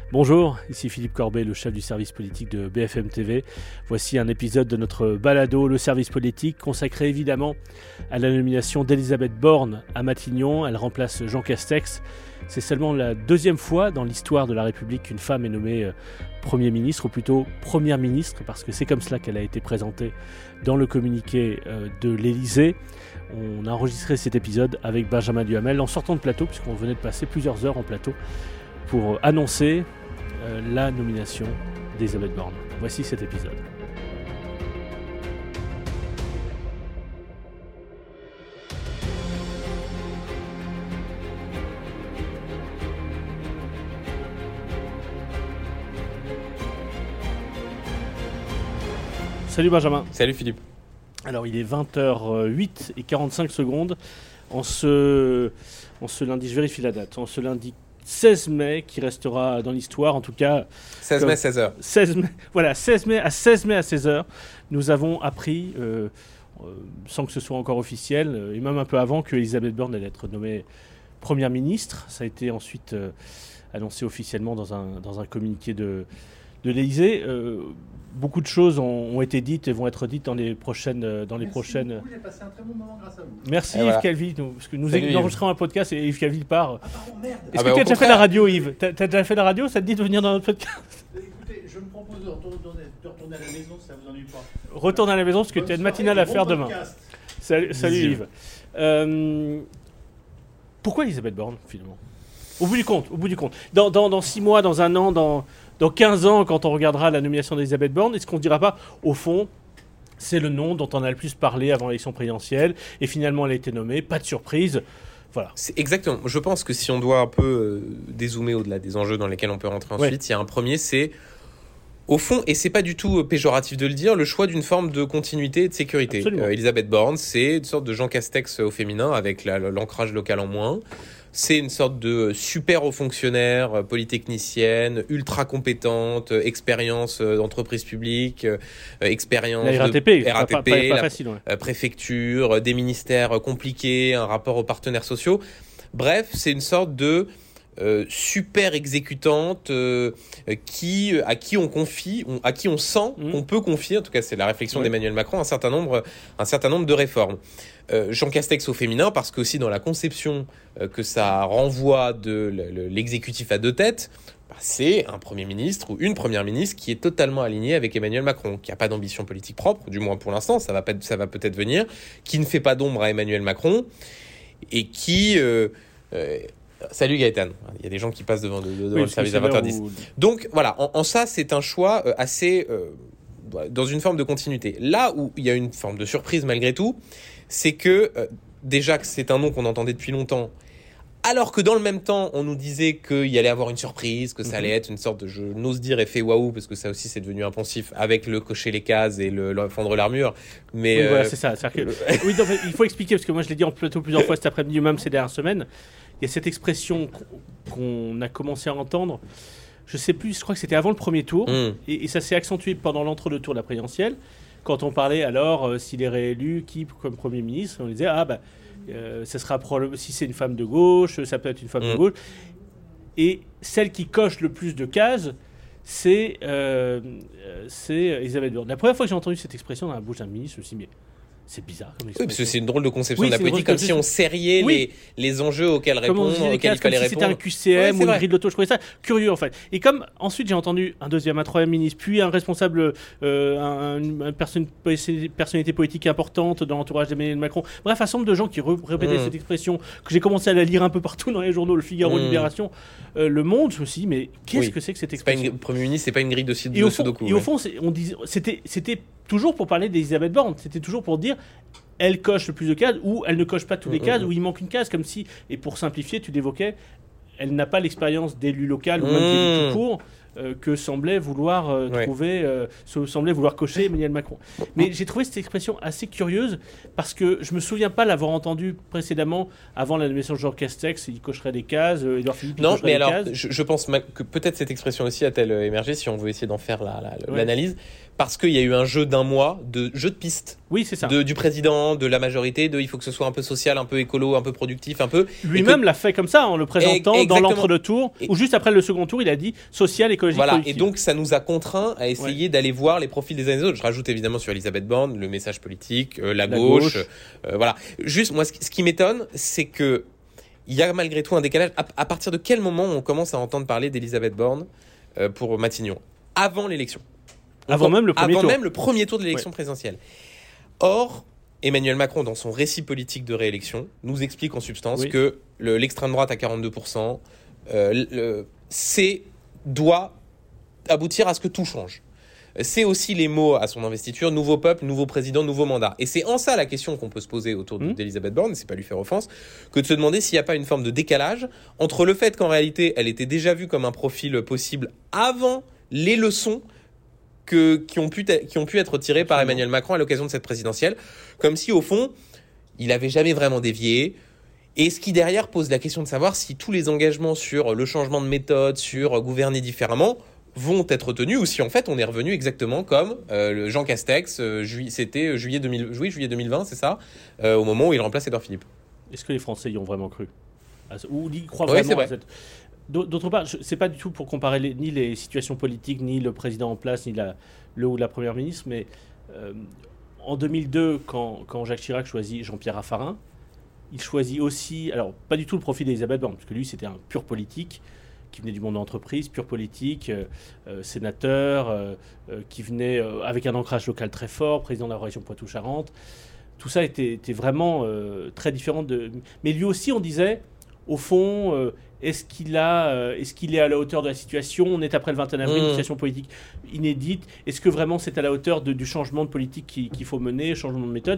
Bonjour, ici Philippe Corbet, le chef du service politique de BFM TV. Voici un épisode de notre balado, le service politique, consacré évidemment à la nomination d'Elisabeth Borne à Matignon. Elle remplace Jean Castex. C'est seulement la deuxième fois dans l'histoire de la République qu'une femme est nommée Premier ministre, ou plutôt Première ministre, parce que c'est comme cela qu'elle a été présentée dans le communiqué de l'Élysée. On a enregistré cet épisode avec Benjamin Duhamel en sortant de plateau, puisqu'on venait de passer plusieurs heures en plateau pour annoncer la nomination d'Elisabeth Borne. Voici cet épisode. Salut Benjamin. Salut Philippe. Alors il est 20h08 et 45 secondes en ce lundi, je vérifie la date, en ce lundi 16 mai qui restera dans l'histoire, en tout cas 16 mai 16h. 16 mai, voilà, 16 mai à 16h, nous avons appris, sans que ce soit encore officiel, et même un peu avant, que Elisabeth Borne allait être nommée Première ministre. Ça a été ensuite annoncé officiellement dans un communiqué de l'Élysée. Beaucoup de choses ont été dites et vont être dites dans les prochaines. Beaucoup, j'ai passé un très bon moment grâce à vous. Merci Yves Calvi, parce que nous enregistrons un podcast et Yves Calvi part. Ah pardon, merde. Est-ce que tu as déjà fait la radio, Yves? T'as déjà fait la radio? Ça te dit de venir dans notre podcast? Écoutez, je me propose de retourner à la maison, si ça vous ennuie pas. Retourne à la maison parce que tu as une matinale à faire demain. Salut Yves. Pourquoi Elisabeth Borne, finalement? Au bout du compte. Dans 6 mois, dans 1 an, dans 15 ans, quand on regardera la nomination d'Elisabeth Borne, est-ce qu'on ne dira pas, au fond, c'est le nom dont on a le plus parlé avant l'élection présidentielle, et finalement elle a été nommée, pas de surprise, voilà. C'est exactement. Je pense que si on doit un peu dézoomer au-delà des enjeux dans lesquels on peut rentrer ensuite, il y a un premier, c'est, au fond, et c'est pas du tout péjoratif de le dire, le choix d'une forme de continuité et de sécurité. Elisabeth Borne, c'est une sorte de Jean Castex au féminin, avec l'ancrage local en moins. C'est une sorte de super haut fonctionnaire, polytechnicienne, ultra compétente, expérience d'entreprise publique, expérience la RATP, pas facile, préfecture, des ministères compliqués, un rapport aux partenaires sociaux. Bref, c'est une sorte de super exécutante à qui on sent qu'on peut confier, en tout cas c'est la réflexion d'Emmanuel Macron, un certain nombre de réformes. Jean Castex au féminin, parce que aussi dans la conception que ça renvoie de l'exécutif à 2 têtes, c'est un Premier ministre ou une Première ministre qui est totalement alignée avec Emmanuel Macron, qui n'a pas d'ambition politique propre, du moins pour l'instant, ça va peut-être venir, qui ne fait pas d'ombre à Emmanuel Macron, et qui... Salut Gaëtan, il y a des gens qui passent devant le service à 20h10. Donc voilà, en ça c'est un choix assez... dans une forme de continuité. Là où il y a une forme de surprise malgré tout, c'est que déjà que c'est un nom qu'on entendait depuis longtemps, alors que dans le même temps on nous disait qu'il y allait avoir une surprise, que ça allait être une sorte de, je n'ose dire, effet waouh, parce que ça aussi c'est devenu impensif avec le cocher les cases et le fendre l'armure. Mais oui, voilà, c'est ça. Oui, donc, il faut expliquer, parce que moi je l'ai dit en plateau plusieurs fois cet après-midi, même ces dernières semaines, il y a cette expression qu'on a commencé à entendre. Je sais plus, je crois que c'était avant le premier tour, et ça s'est accentué pendant l'entre-deux tours de la présidentielle, quand on parlait alors, s'il est réélu, qui comme Premier ministre, on disait, ça sera si c'est une femme de gauche, ça peut être une femme de gauche. Et celle qui coche le plus de cases, c'est Elisabeth Borne. La première fois que j'ai entendu cette expression dans la bouche d'un ministre, je me suis dit, mais c'est bizarre comme expression. Oui, parce que c'est une drôle de conception de la politique, comme si on serriait les enjeux auxquels répondre, auxquels il fallait répondre. C'était un QCM ou une grille de l'auto. Je trouvais ça curieux en fait. Et comme ensuite j'ai entendu un deuxième, un troisième ministre, puis un responsable, une personnalité politique importante dans l'entourage d'Emmanuel Macron. Bref, un certain nombre de gens qui répétaient cette expression, que j'ai commencé à la lire un peu partout dans les journaux, Le Figaro, Libération, Le Monde. Je me suis dit, mais qu'est-ce que c'est que cette expression? Premier ministre, c'est pas une grille de Sudoku. Et au fond, c'était toujours pour parler d'Elisabeth Borne. C'était toujours pour dire, elle coche le plus de cases, ou elle ne coche pas toutes les cases, ou il manque une case, comme si, et pour simplifier, tu l'évoquais, elle n'a pas l'expérience d'élu local, ou même d'élu tout court, que semblait vouloir semblait vouloir cocher Emmanuel Macron. Mais j'ai trouvé cette expression assez curieuse, parce que je me souviens pas l'avoir entendue précédemment, avant la nomination de Jean Castex, il cocherait des cases, Édouard Philippe, non, mais alors, je pense que peut-être cette expression aussi a-t-elle émergé, si on veut essayer d'en faire l'analyse. parce qu'il y a eu un jeu d'un mois, jeu de piste. Oui, c'est ça. Du président, de la majorité, il faut que ce soit un peu social, un peu écolo, un peu productif, un peu. Lui-même l'a fait comme ça, en le présentant dans l'entre-deux-tours, ou juste après le second tour, il a dit social, écologique, voilà. productif. Et donc, ça nous a contraints à essayer d'aller voir les profils des uns et des autres. Je rajoute évidemment sur Elisabeth Borne le message politique, la gauche. Voilà. Juste, moi, ce qui m'étonne, c'est que il y a malgré tout un décalage. À partir de quel moment on commence à entendre parler d'Elisabeth Borne pour Matignon ? Avant l'élection. Avant même le premier tour de l'élection présidentielle. Or, Emmanuel Macron, dans son récit politique de réélection, nous explique en substance que l'extrême droite à 42%, doit aboutir à ce que tout change. C'est aussi les mots à son investiture, nouveau peuple, nouveau président, nouveau mandat. Et c'est en ça la question qu'on peut se poser autour d'Elisabeth Borne, c'est pas lui faire offense, que de se demander s'il n'y a pas une forme de décalage entre le fait qu'en réalité, elle était déjà vue comme un profil possible avant les leçons qui ont pu être tirées par Emmanuel Macron à l'occasion de cette présidentielle, comme si au fond, il n'avait jamais vraiment dévié. Et ce qui derrière pose la question de savoir si tous les engagements sur le changement de méthode, sur gouverner différemment, vont être tenus, ou si en fait on est revenu exactement comme le Jean Castex, c'était juillet 2020, c'est ça, au moment où il remplace Édouard Philippe. Est-ce que les Français y ont vraiment cru ? Ou y croient vraiment à cette... D'autre part, c'est pas du tout pour comparer ni les situations politiques, ni le président en place, ni le ou la première ministre, mais en 2002, quand Jacques Chirac choisit Jean-Pierre Raffarin, il choisit aussi, alors pas du tout le profil d'Elisabeth Borne, parce que lui c'était un pur politique, qui venait du monde de l'entreprise, pur politique, sénateur, qui venait avec un ancrage local très fort, président de la région Poitou-Charentes. Tout ça était vraiment très différent de... Mais lui aussi, on disait, au fond... Est-ce qu'il est à la hauteur de la situation ? On est après le 21 avril, une situation politique inédite. Est-ce que vraiment c'est à la hauteur du changement de politique qu'il faut mener, changement de méthode ?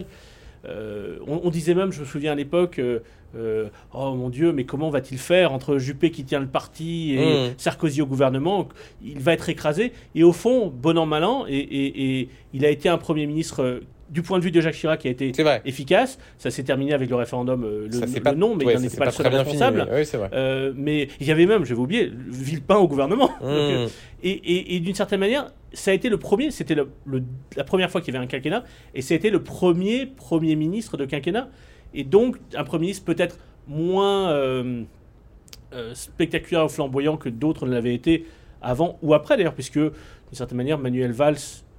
On disait même, je me souviens à l'époque, oh mon Dieu, mais comment va-t-il faire entre Juppé qui tient le parti et Sarkozy au gouvernement ? Il va être écrasé. Et au fond, bon an, mal an, et il a été un Premier ministre... Du point de vue de Jacques Chirac, qui a été efficace, ça s'est terminé avec le référendum, non, mais il n'en était pas le seul responsable. Oui, c'est vrai. Mais il y avait même, j'avais oublié, Villepin au gouvernement. Donc, et d'une certaine manière, ça a été le premier, c'était la première fois qu'il y avait un quinquennat, et ça a été le premier ministre de quinquennat. Et donc, un Premier ministre peut-être moins spectaculaire ou flamboyant que d'autres ne l'avaient été avant ou après, d'ailleurs, puisque, d'une certaine manière, Manuel Valls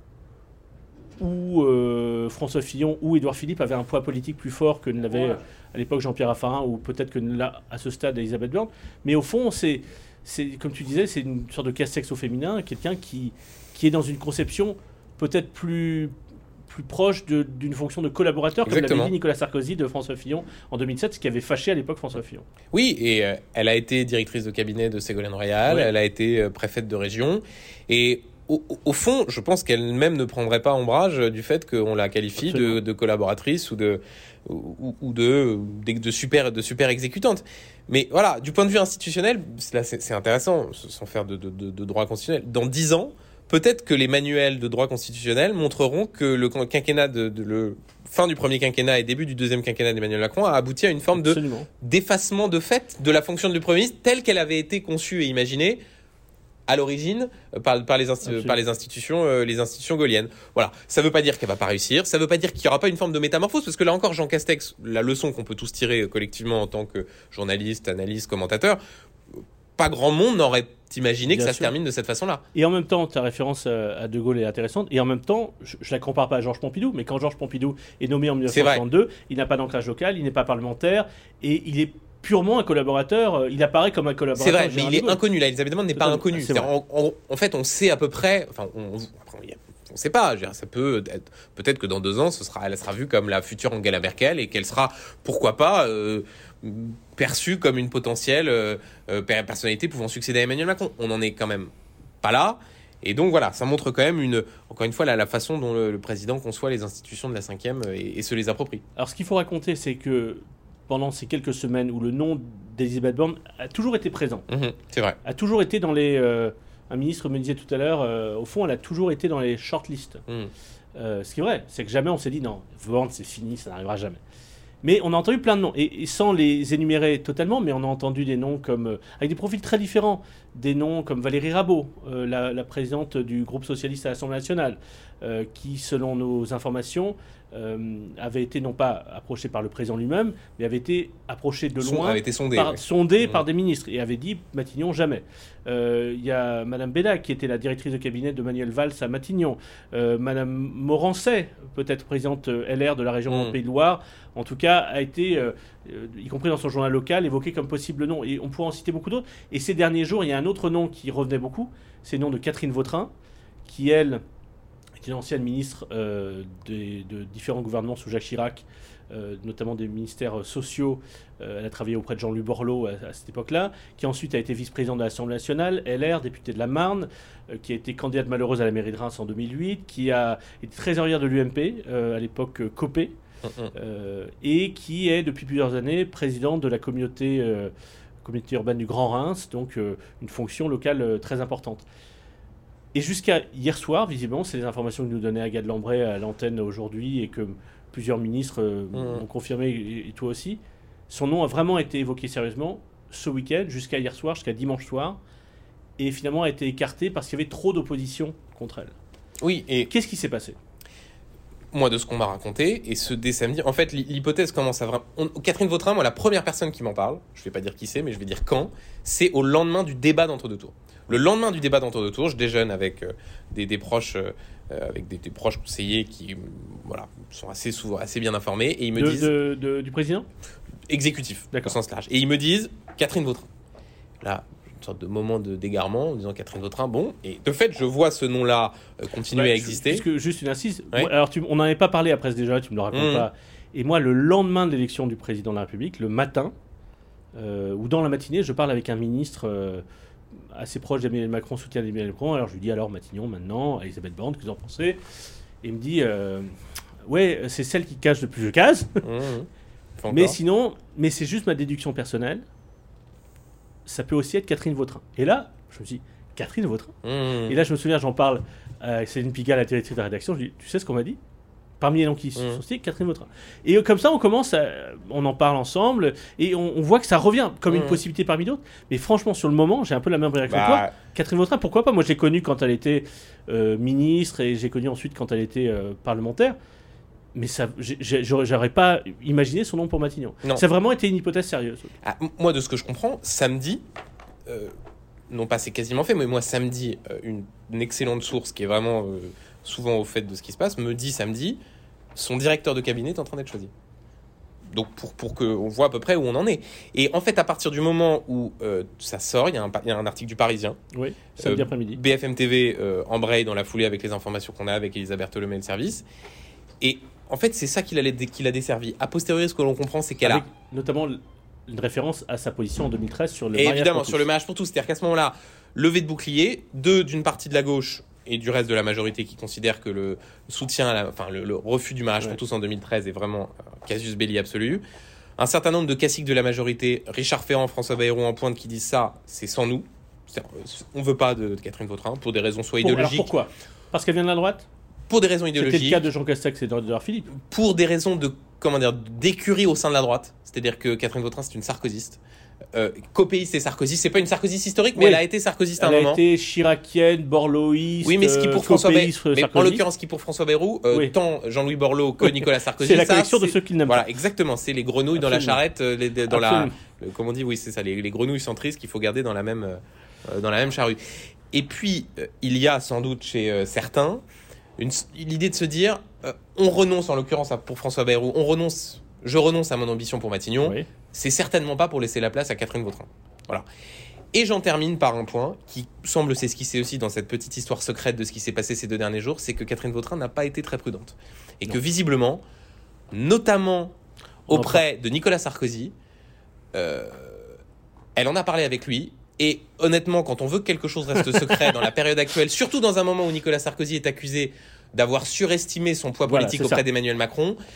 ou François Fillon ou Édouard Philippe avaient un poids politique plus fort que ne l'avait à l'époque Jean-Pierre Raffarin, ou peut-être que ne l'a à ce stade Elisabeth Borne. Mais au fond, c'est comme tu disais, c'est une sorte de casse-sexe au féminin, quelqu'un qui est dans une conception peut-être plus proche d'une fonction de collaborateur, comme l'avait dit Nicolas Sarkozy de François Fillon en 2007, ce qui avait fâché à l'époque François Fillon. Oui, et elle a été directrice de cabinet de Ségolène Royal, elle a été préfète de région, et au fond, je pense qu'elle-même ne prendrait pas ombrage du fait qu'on la qualifie de collaboratrice ou de super exécutante. Mais voilà, du point de vue institutionnel, là c'est intéressant, sans faire de droit constitutionnel. Dans 10 ans, peut-être que les manuels de droit constitutionnel montreront que le quinquennat le fin du premier quinquennat et début du deuxième quinquennat d'Emmanuel Macron a abouti à une forme d'effacement de fait de la fonction du Premier ministre telle qu'elle avait été conçue et imaginée à l'origine par les institutions gaulliennes. Voilà, ça ne veut pas dire qu'elle va pas réussir, ça ne veut pas dire qu'il n'y aura pas une forme de métamorphose, parce que là encore, Jean Castex, la leçon qu'on peut tous tirer collectivement en tant que journaliste, analyste, commentateur, pas grand monde n'aurait imaginé que ça se termine de cette façon-là. Et en même temps, ta référence à De Gaulle est intéressante, et en même temps, je ne la compare pas à Georges Pompidou, mais quand Georges Pompidou est nommé en 1962, il n'a pas d'ancrage local, il n'est pas parlementaire, et il est purement un collaborateur, il apparaît comme un collaborateur. C'est vrai, mais il est inconnu là. Elisabeth Borne n'est pas inconnue. En fait, on sait à peu près. Enfin, on ne sait pas. Ça peut être, peut-être que dans 2 ans, elle sera vue comme la future Angela Merkel et qu'elle sera, pourquoi pas, perçue comme une potentielle personnalité pouvant succéder à Emmanuel Macron. On n'en est quand même pas là. Et donc voilà, ça montre quand même encore une fois la façon dont le président conçoit les institutions de la 5e et se les approprie. Alors, ce qu'il faut raconter, c'est que pendant ces quelques semaines où le nom d'Elisabeth Borne a toujours été présent. C'est vrai. A toujours été dans les... un ministre me disait tout à l'heure, au fond, elle a toujours été dans les shortlists. Ce qui est vrai, c'est que jamais on s'est dit, non, Borne, c'est fini, ça n'arrivera jamais. Mais on a entendu plein de noms, et sans les énumérer totalement, mais on a entendu des noms comme, avec des profils très différents, des noms comme Valérie Rabault, la présidente du groupe socialiste à l'Assemblée nationale, qui, selon nos informations, avait été non pas approchée par le président lui-même, mais avait été approchée de loin, avait été sondée, sondée par des ministres, et avait dit Matignon jamais. Il y a Madame Béda, qui était la directrice de cabinet de Manuel Valls à Matignon, Madame Morancet, peut-être présidente LR de la région Pays de Loire, en tout cas, a été, y compris dans son journal local, évoqué comme possible nom. Et on pourrait en citer beaucoup d'autres. Et ces derniers jours, il y a un autre nom qui revenait beaucoup. C'est le nom de Catherine Vautrin, qui, elle, est une ancienne ministre de différents gouvernements sous Jacques Chirac, notamment des ministères sociaux. Elle a travaillé auprès de Jean-Louis Borloo à cette époque-là, qui ensuite a été vice-présidente de l'Assemblée nationale, LR, députée de la Marne, qui a été candidate malheureuse à la mairie de Reims en 2008, qui a été trésorière de l'UMP, à l'époque Copé, et qui est depuis plusieurs années présidente de la communauté urbaine du Grand Reims, donc une fonction locale très importante. Et jusqu'à hier soir, visiblement, c'est les informations que nous donnait Agathe Lambray à l'antenne aujourd'hui et que plusieurs ministres ont confirmé, et toi aussi, son nom a vraiment été évoqué sérieusement ce week-end, jusqu'à hier soir, jusqu'à dimanche soir, et finalement a été écarté parce qu'il y avait trop d'opposition contre elle. Oui, et qu'est-ce qui s'est passé ? Moi, de ce qu'on m'a raconté, et ce dès samedi, en fait, l'hypothèse commence à vraiment... Catherine Vautrin, moi, la première personne qui m'en parle, je vais pas dire qui c'est, mais je vais dire quand, c'est au lendemain du débat d'entre-deux tours. Le lendemain du débat d'entre-deux tours, je déjeune avec des proches, avec des proches conseillers qui, voilà, sont assez bien informés, et ils me disent... Du président ? Exécutif, au sens large. Et ils me disent, Catherine Vautrin. Là, une sorte de moment d'égarement en disant Catherine Vautrin, bon, et de fait, je vois ce nom-là continuer à exister. Juste une insiste. Ouais. Alors, on n'en avait pas parlé après déjà, tu me le racontes pas. Et moi, le lendemain de l'élection du président de la République, le matin, ou dans la matinée, je parle avec un ministre assez proche d'Emmanuel Macron, soutien d'Emmanuel Macron. Alors, je lui dis, alors, Matignon, maintenant, Elisabeth Borne, qu'est-ce que vous en pensez ? Et il me dit, ouais, c'est celle qui cache le plus de cases. Mais sinon, c'est juste ma déduction personnelle. Ça peut aussi être Catherine Vautrin. Et là, je me suis dit, Catherine Vautrin Et là, je me souviens, j'en parle avec Céline Pigalle, la directrice de la rédaction. Je lui dis, tu sais ce qu'on m'a dit ? Parmi les noms qui sont cités, Catherine Vautrin. Et comme ça, on en parle ensemble, et on voit que ça revient comme une possibilité parmi d'autres. Mais franchement, sur le moment, j'ai un peu la même réaction que toi. Catherine Vautrin, pourquoi pas ? Moi, je l'ai connue quand elle était ministre, et j'ai connu ensuite quand elle était parlementaire. Mais ça, j'aurais pas imaginé son nom pour Matignon. Non. Ça a vraiment été une hypothèse sérieuse. Ah, moi, de ce que je comprends, samedi, non pas c'est quasiment fait, mais moi, samedi, une excellente source qui est vraiment souvent au fait de ce qui se passe, me dit samedi, son directeur de cabinet est en train d'être choisi. Donc, pour qu'on voit à peu près où on en est. Et en fait, à partir du moment où ça sort, il y a un article du Parisien. Oui, samedi après-midi. BFM TV embraye dans la foulée avec les informations qu'on a avec Elisa Bertholomé et le service. Et en fait, c'est ça qu'il a desservi. A posteriori, ce que l'on comprend, c'est qu'elle avec notamment une référence à sa position en 2013 sur le mariage pour tous. Évidemment, sur le mariage pour tous. C'est-à-dire qu'à ce moment-là, levée de bouclier, d'une partie de la gauche et du reste de la majorité qui considère que le soutien, le refus du mariage pour tous en 2013 est vraiment casus belli absolu. Un certain nombre de classiques de la majorité, Richard Ferrand, François Bayrou en pointe, qui disent ça, c'est sans nous. On ne veut pas de Catherine Vautrin pour des raisons soit idéologiques. Alors pourquoi ? Parce qu'elle vient de la droite ? Pour des raisons idéologiques. C'était le cas de Jean Castex et d'Edouard Philippe. Pour des raisons d'écurie au sein de la droite. C'est-à-dire que Catherine Vautrin, c'est une sarkozyste. Copéiste et sarkozyste. C'est pas une sarkozyste historique, mais elle a été sarkozyste à un moment. Elle a été chiracienne, borlooïste. Oui, mais ce qui pour François Bayrou, en l'occurrence, ce qui pour François Bayrou, tant Jean-Louis Borloo que Nicolas Sarkozy. C'est la collection de ceux qu'il n'aime pas. Voilà, exactement. C'est les grenouilles dans la charrette, comme on dit, oui, c'est ça, les grenouilles centristes qu'il faut garder dans la même charrue. Et puis, il y a sans doute chez certains l'idée de se dire on renonce, en l'occurrence pour François Bayrou, je renonce à mon ambition pour Matignon, c'est certainement pas pour laisser la place à Catherine Vautrin. Voilà. Et j'en termine par un point qui semble s'esquisser aussi dans cette petite histoire secrète de ce qui s'est passé ces 2 derniers jours, c'est que Catherine Vautrin n'a pas été très prudente. Et que visiblement, notamment auprès de Nicolas Sarkozy, elle en a parlé avec lui. Et honnêtement, quand on veut que quelque chose reste secret dans la période actuelle, surtout dans un moment où Nicolas Sarkozy est accusé d'avoir surestimé son poids politique auprès d'Emmanuel Macron,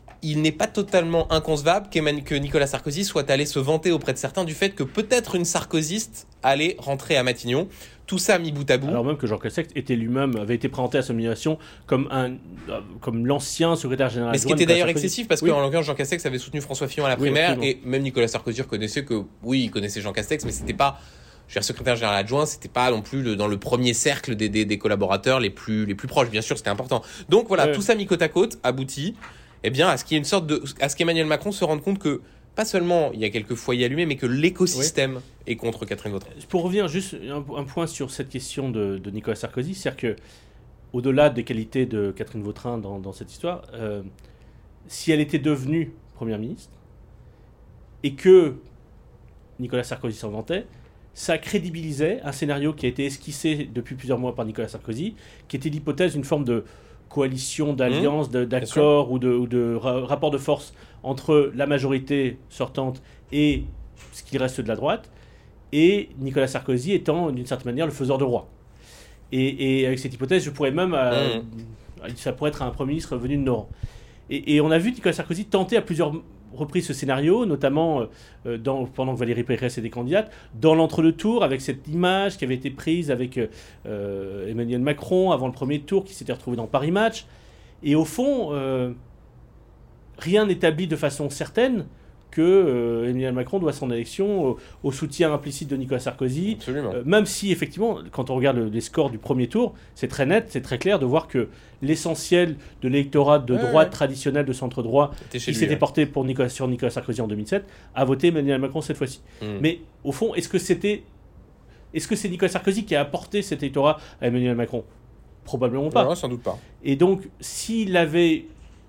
il n'est pas totalement inconcevable que Nicolas Sarkozy soit allé se vanter auprès de certains du fait que peut-être une sarkozyste allait rentrer à Matignon. Tout ça mis bout à bout. Alors même que Jean Castex avait été présenté à sa nomination comme l'ancien secrétaire général. Mais ce qui était d'ailleurs excessif, parce qu'en l'occurrence, Jean Castex avait soutenu François Fillon à la primaire, et même Nicolas Sarkozy reconnaissait il connaissait Jean Castex, mais c'était pas... secrétaire général adjoint, c'était pas non plus dans le premier cercle des collaborateurs les plus proches. Bien sûr, c'était important. Donc voilà, tout ça mis côte à côte aboutit à ce qu'il y ait une sorte à ce qu'Emmanuel Macron se rende compte que pas seulement il y a quelques foyers allumés, mais que l'écosystème est contre Catherine Vautrin. Pour revenir juste un point sur cette question de Nicolas Sarkozy, c'est-à-dire que au-delà des qualités de Catherine Vautrin dans cette histoire, si elle était devenue première ministre et que Nicolas Sarkozy s'en vantait, ça crédibilisait un scénario qui a été esquissé depuis plusieurs mois par Nicolas Sarkozy, qui était l'hypothèse d'une forme de coalition, d'alliance, d'accord ou de rapport de force entre la majorité sortante et ce qui reste de la droite, et Nicolas Sarkozy étant d'une certaine manière le faiseur de roi. Et avec cette hypothèse, je pourrais même... ça pourrait être un Premier ministre venu de Nord. Et on a vu Nicolas Sarkozy tenter à plusieurs reprises ce scénario, notamment pendant que Valérie Pécresse était candidate, dans l'entre-deux-tours, avec cette image qui avait été prise avec Emmanuel Macron avant le premier tour, qui s'était retrouvé dans Paris Match. Et au fond, rien n'établit de façon certaine que Emmanuel Macron doit son élection au soutien implicite de Nicolas Sarkozy. Même si, effectivement, quand on regarde les scores du premier tour, c'est très net, c'est très clair de voir que l'essentiel de l'électorat de droite traditionnel, de centre-droit, qui s'était porté sur Nicolas Sarkozy en 2007, a voté Emmanuel Macron cette fois-ci. Mais au fond, est-ce que c'est Nicolas Sarkozy qui a apporté cet électorat à Emmanuel Macron ? Probablement pas. Non, sans doute pas. Et donc, si on avait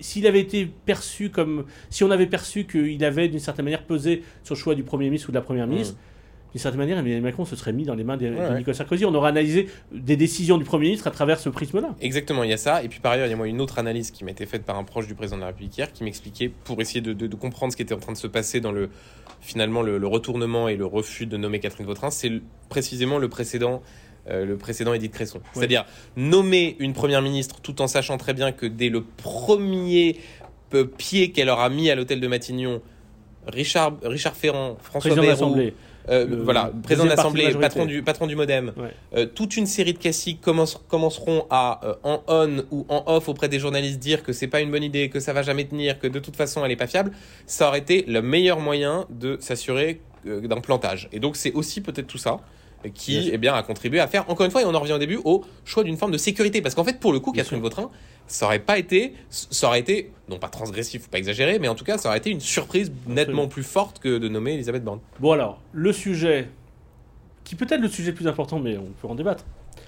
perçu qu'il avait d'une certaine manière pesé sur le choix du Premier ministre ou de la Première ministre, d'une certaine manière, Emmanuel Macron se serait mis dans les mains de Nicolas Sarkozy. On aurait analysé des décisions du Premier ministre à travers ce prisme-là. Exactement, il y a ça. Et puis par ailleurs, il y a une autre analyse qui m'a été faite par un proche du président de la République hier, qui m'expliquait, pour essayer de comprendre ce qui était en train de se passer dans le retournement et le refus de nommer Catherine Vautrin, c'est précisément le précédent Édith Cresson. C'est-à-dire nommer une première ministre tout en sachant très bien que dès le premier pied qu'elle aura mis à l'hôtel de Matignon, Richard Ferrand, François Bayrou, président de l'Assemblée, patron du MoDem, toute une série de classiques commenceront à en on ou en off auprès des journalistes dire que c'est pas une bonne idée, que ça va jamais tenir, que de toute façon elle est pas fiable. Ça aurait été le meilleur moyen de s'assurer d'un plantage. Et donc c'est aussi peut-être tout ça qui a contribué à faire, encore une fois, et on en revient au début, au choix d'une forme de sécurité. Parce qu'en fait, pour le coup, Catherine Vautrin, ça aurait été, non pas transgressif, faut pas exagérer, mais en tout cas, ça aurait été une surprise nettement plus forte que de nommer Elisabeth Borne. Bon alors, le sujet, qui peut être le sujet le plus important, mais on peut en débattre.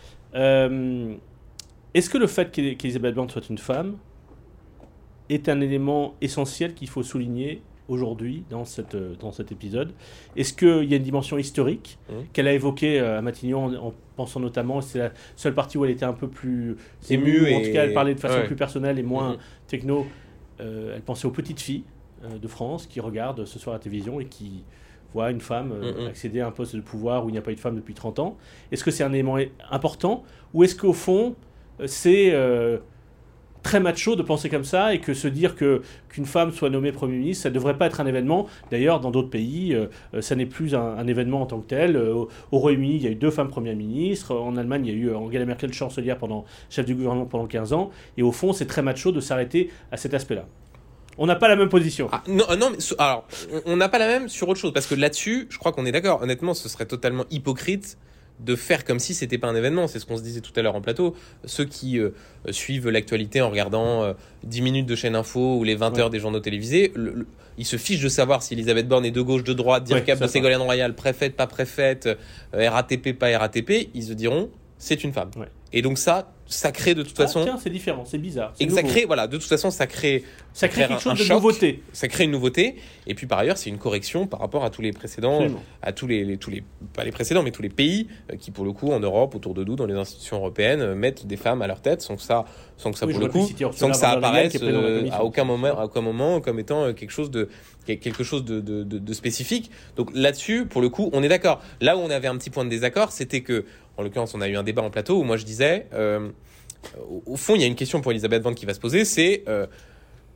Est-ce que le fait qu'Elisabeth Borne soit une femme est un élément essentiel qu'il faut souligner aujourd'hui dans cet épisode? Est-ce qu'il y a une dimension historique qu'elle a évoquée à Matignon en pensant notamment, c'est la seule partie où elle était un peu plus émue, ou en tout cas elle parlait de façon plus personnelle et moins techno, elle pensait aux petites filles de France qui regardent ce soir la télévision et qui voient une femme accéder à un poste de pouvoir où il n'y a pas eu de femme depuis 30 ans. Est-ce que c'est un élément important, ou est-ce qu'au fond c'est très macho de penser comme ça, et que se dire qu'une femme soit nommée Premier ministre, ça ne devrait pas être un événement. D'ailleurs, dans d'autres pays, ça n'est plus un événement en tant que tel. Au Royaume-Uni, il y a eu 2 femmes Premières ministres. En Allemagne, il y a eu Angela Merkel chancelière chef du gouvernement pendant 15 ans. Et au fond, c'est très macho de s'arrêter à cet aspect-là. On n'a pas la même position. Non, mais alors, on n'a pas la même sur autre chose. Parce que là-dessus, je crois qu'on est d'accord. Honnêtement, ce serait totalement hypocrite de faire comme si c'était pas un événement. C'est ce qu'on se disait tout à l'heure en plateau. Ceux qui suivent l'actualité en regardant 10 minutes de chaîne info ou les 20 heures des journaux télévisés, ils se fichent de savoir si Elisabeth Borne est de gauche, de droite, DIRCAP de Ségolène Royal, préfète, pas préfète, RATP, pas RATP, ils se diront c'est une femme. Et donc ça crée de toute façon... Tiens, c'est différent, c'est bizarre. Et ça crée, de toute façon, ça crée quelque chose de nouveauté. Ça crée une nouveauté. Et puis par ailleurs, c'est une correction par rapport à tous les précédents, à tous les pas les précédents, mais tous les pays qui, pour le coup, en Europe, autour de nous, dans les institutions européennes, mettent des femmes à leur tête sans que ça pour le coup, sans que ça apparaisse à aucun moment comme étant quelque chose de spécifique. Donc là-dessus, pour le coup, on est d'accord. Là où on avait un petit point de désaccord, c'était que, en l'occurrence, on a eu un débat en plateau où moi je disais, au fond, il y a une question pour Elisabeth Borne qui va se poser, c'est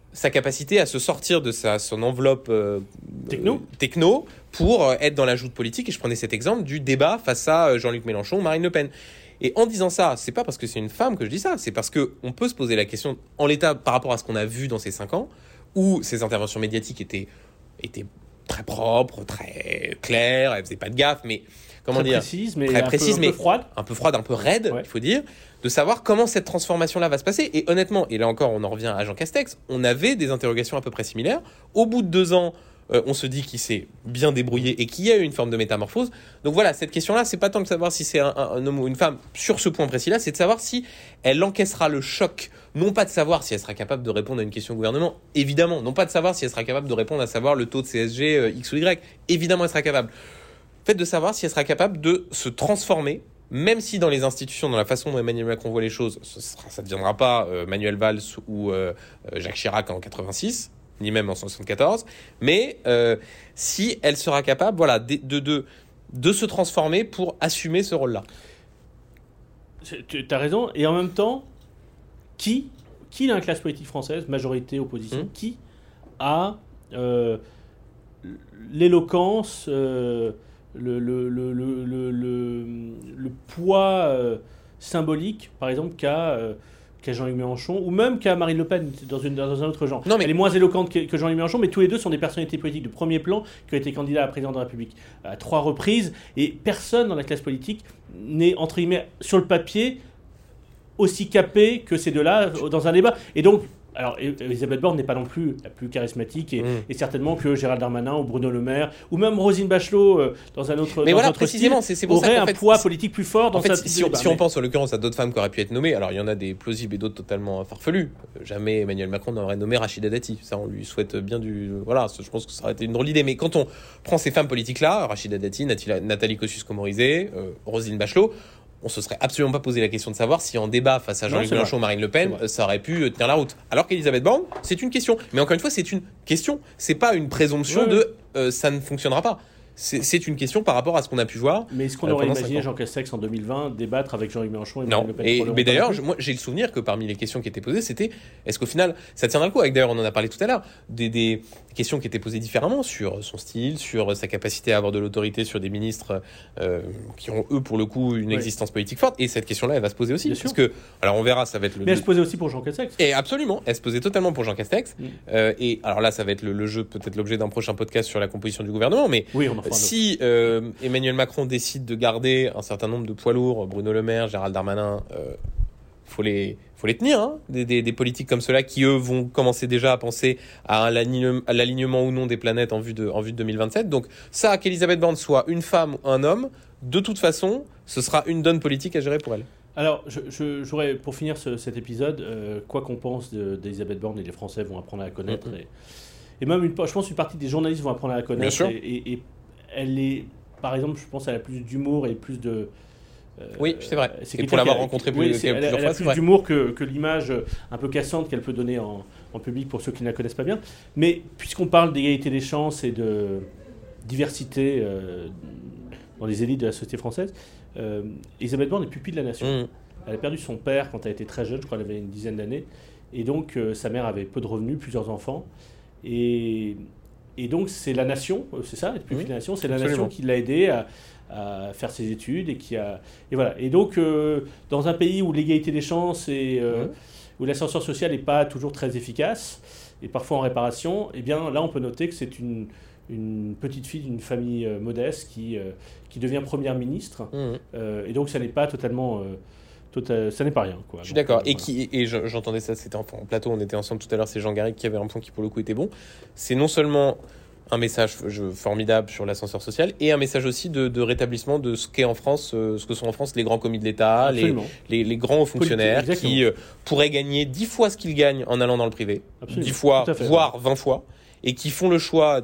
sa capacité à se sortir de son enveloppe techno pour être dans la joute politique. Et je prenais cet exemple du débat face à Jean-Luc Mélenchon ou Marine Le Pen. Et en disant ça, c'est pas parce que c'est une femme que je dis ça, c'est parce qu'on peut se poser la question, en l'état, par rapport à ce qu'on a vu dans ces 5 ans, où ces interventions médiatiques étaient très propres, très claires, elles faisaient pas de gaffe, mais comment dire, très précise, mais un peu froide, un peu raide, il faut dire, de savoir comment cette transformation-là va se passer. Et honnêtement, et là encore, on en revient à Jean Castex, on avait des interrogations à peu près similaires. Au bout de 2 ans, on se dit qu'il s'est bien débrouillé et qu'il y a eu une forme de métamorphose. Donc voilà, cette question-là, c'est pas tant de savoir si c'est un homme ou une femme sur ce point précis-là, c'est de savoir si elle encaissera le choc. Non pas de savoir si elle sera capable de répondre à une question gouvernement, évidemment. Non pas de savoir si elle sera capable de répondre à savoir le taux de CSG X ou Y. Évidemment, elle sera capable. Le fait de savoir si elle sera capable de se transformer, même si dans les institutions, dans la façon dont Emmanuel Macron voit les choses, ça ne deviendra pas Manuel Valls ou Jacques Chirac en 86, ni même en 74, mais si elle sera capable de se transformer pour assumer ce rôle-là. Tu as raison, et en même temps, qui dans la classe politique française, majorité, opposition, qui a l'éloquence, le poids symbolique, par exemple, qu'a Jean-Luc Mélenchon, ou même qu'a Marine Le Pen dans un autre genre. Non, mais elle est moins éloquente que Jean-Luc Mélenchon, mais tous les deux sont des personnalités politiques de premier plan qui ont été candidats à la présidence de la République à 3 reprises, et personne dans la classe politique n'est, entre guillemets, sur le papier, aussi capé que ces deux-là dans un débat. Et donc, alors, Elisabeth Borne n'est pas non plus la plus charismatique, et certainement que Gérald Darmanin ou Bruno Le Maire, ou même Roselyne Bachelot, dans un autre mais voilà, précisément, style, c'est pour aurait ça un poids politique plus fort dans si on pense en l'occurrence à d'autres femmes qui auraient pu être nommées, alors il y en a des plausibles et d'autres totalement farfelus. Jamais Emmanuel Macron n'aurait nommé Rachida Dati. Ça, on lui souhaite bien du... Voilà, je pense que ça aurait été une drôle d'idée. Mais quand on prend ces femmes politiques-là, Rachida Dati, Nathalie Kosciusko-Morizet, Roselyne Bachelot, on se serait absolument pas posé la question de savoir si en débat face à Jean-Luc Mélenchon ou Marine Le Pen, ça aurait pu tenir la route. Alors qu'Elisabeth Borne, c'est une question. Mais encore une fois, c'est une question. C'est pas une présomption de ça ne fonctionnera pas. C'est une question par rapport à ce qu'on a pu voir. Mais est-ce qu'on aurait imaginé Jean Castex en 2020 débattre avec Jean-Luc Mélenchon et Marine Le Pen? Mais d'ailleurs, moi j'ai le souvenir que parmi les questions qui étaient posées, c'était est-ce qu'au final ça tiendra le coup? D'ailleurs, on en a parlé tout à l'heure, des questions qui étaient posées différemment sur son style, sur sa capacité à avoir de l'autorité sur des ministres qui ont eux pour le coup une existence politique forte. Et cette question-là, elle va se poser aussi. Parce que, alors on verra, ça va être le. Mais elle se posait aussi pour Jean Castex. Et absolument, elle se posait totalement pour Jean Castex. Et alors là, ça va être le jeu, peut-être l'objet d'un prochain podcast sur la composition du gouvernement. Mais si Emmanuel Macron décide de garder un certain nombre de poids lourds, Bruno Le Maire, Gérald Darmanin, faut les tenir, hein, des politiques comme ceux-là qui, eux, vont commencer déjà à penser à l'alignement ou non des planètes en vue de 2027. Donc ça, qu'Elisabeth Borne soit une femme ou un homme, de toute façon, ce sera une donne politique à gérer pour elle. Alors, j'aurais, pour finir cet épisode, quoi qu'on pense d'Elisabeth Borne, et les Français vont apprendre à la connaître, et même, je pense, une partie des journalistes vont apprendre à la connaître. Bien sûr. Et elle est, par exemple, je pense, elle a plus d'humour et plus de... oui, c'est vrai. Et pour l'avoir rencontrée plusieurs fois, elle a plus d'humour que l'image un peu cassante qu'elle peut donner en public pour ceux qui ne la connaissent pas bien. Mais puisqu'on parle d'égalité des chances et de diversité dans les élites de la société française, Elisabeth Borne est pupille de la nation. Elle a perdu son père quand elle était très jeune, je crois qu'elle avait une dizaine d'années. Et donc, sa mère avait peu de revenus, plusieurs enfants. Et donc, c'est la nation, c'est ça, être pupille de la nation, c'est la nation qui l'a aidé à faire ses études et voilà. Et donc, dans un pays où l'égalité des chances et où l'ascenseur social n'est pas toujours très efficace et parfois en réparation, eh bien là, on peut noter que c'est une petite fille d'une famille modeste qui devient première ministre. Et donc, ça n'est pas totalement... ça n'est pas rien, quoi. Je suis d'accord. Et j'entendais ça, c'était en plateau, on était ensemble tout à l'heure, c'est Jean Garrigue qui avait un point qui pour le coup était bon. C'est non seulement un message formidable sur l'ascenseur social et un message aussi de rétablissement de ce qu'est en France, ce que sont en France les grands commis de l'État, les grands hauts fonctionnaires qui pourraient gagner 10 fois ce qu'ils gagnent en allant dans le privé, 10 fois, voire 20 fois, et qui font le choix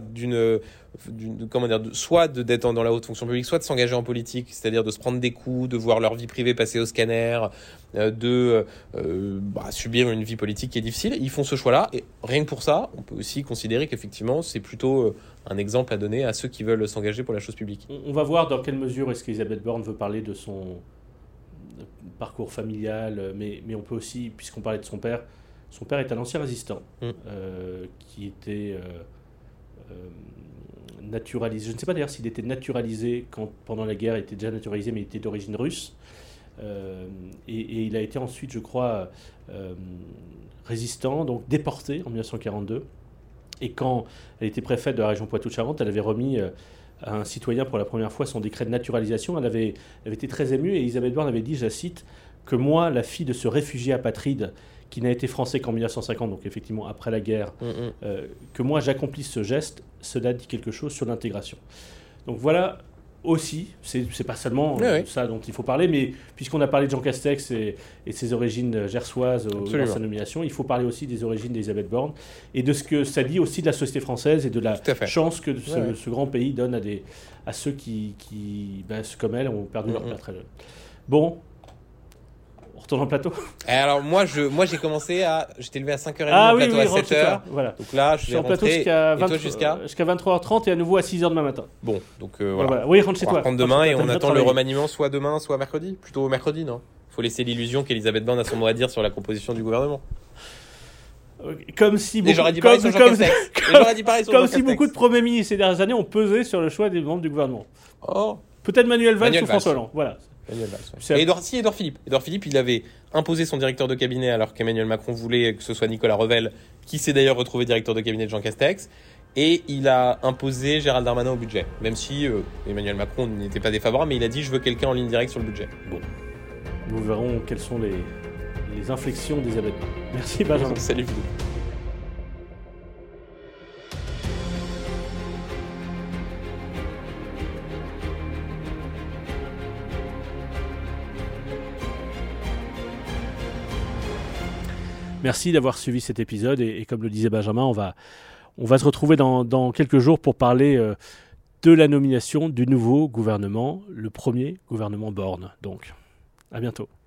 soit d'être dans la haute fonction publique, soit de s'engager en politique, c'est-à-dire de se prendre des coups, de voir leur vie privée passer au scanner, de subir une vie politique qui est difficile. Ils font ce choix-là, et rien que pour ça, on peut aussi considérer qu'effectivement, c'est plutôt un exemple à donner à ceux qui veulent s'engager pour la chose publique. On va voir dans quelle mesure est-ce qu'Elisabeth Borne veut parler de son parcours familial, mais on peut aussi, puisqu'on parlait de son père, Son père est un ancien résistant Mm. qui était naturalisé. Je ne sais pas d'ailleurs s'il était naturalisé pendant la guerre, il était déjà naturalisé, mais il était d'origine russe. Et il a été ensuite, je crois, résistant, donc déporté en 1942. Et quand elle était préfète de la région Poitou-Charentes, elle avait remis à un citoyen pour la première fois son décret de naturalisation. Elle avait été très émue et Elisabeth Borne avait dit, je la cite, que moi, la fille de ce réfugié apatride qui n'a été français qu'en 1950, donc effectivement après la guerre, que moi j'accomplisse ce geste, cela dit quelque chose sur l'intégration. Donc voilà aussi, c'est pas seulement ça dont il faut parler, mais puisqu'on a parlé de Jean Castex et de ses origines gersoises dans sa nomination, il faut parler aussi des origines d'Elisabeth Borne et de ce que ça dit aussi de la société française et de la chance que ce grand pays donne à ceux qui comme elle, ont perdu leur père très jeune. Bon, on retourne en plateau. Alors moi j'ai commencé j'étais levé à 5h30 au plateau à 7h. Voilà. Donc là je vais rentrer jusqu'à 23h30 et à nouveau à 6h demain matin. Bon, donc voilà. Oui, rentre chez toi. On va reprendre demain et on attend le remaniement soit demain, soit mercredi. Plutôt mercredi, non ? Faut laisser l'illusion qu'Elisabeth Borne a son mot à dire sur la composition du gouvernement. Comme si beaucoup, j'aurais dit pareil sur Jean Castex. Comme si beaucoup de premiers ministres ces dernières années ont pesé sur le choix des membres du gouvernement. Oh. Peut-être Manuel Valls ou François Hollande. Voilà. Et Édouard Philippe. Édouard Philippe, il avait imposé son directeur de cabinet alors qu'Emmanuel Macron voulait que ce soit Nicolas Revel, qui s'est d'ailleurs retrouvé directeur de cabinet de Jean Castex. Et il a imposé Gérald Darmanin au budget. Même si Emmanuel Macron n'était pas défavorable, mais il a dit je veux quelqu'un en ligne directe sur le budget. Bon. Nous verrons quelles sont les inflexions d'Elisabeth. Merci Benjamin. Salut Philippe. Merci d'avoir suivi cet épisode et comme le disait Benjamin, on va se retrouver dans quelques jours pour parler de la nomination du nouveau gouvernement, le premier gouvernement Borne. Donc, à bientôt.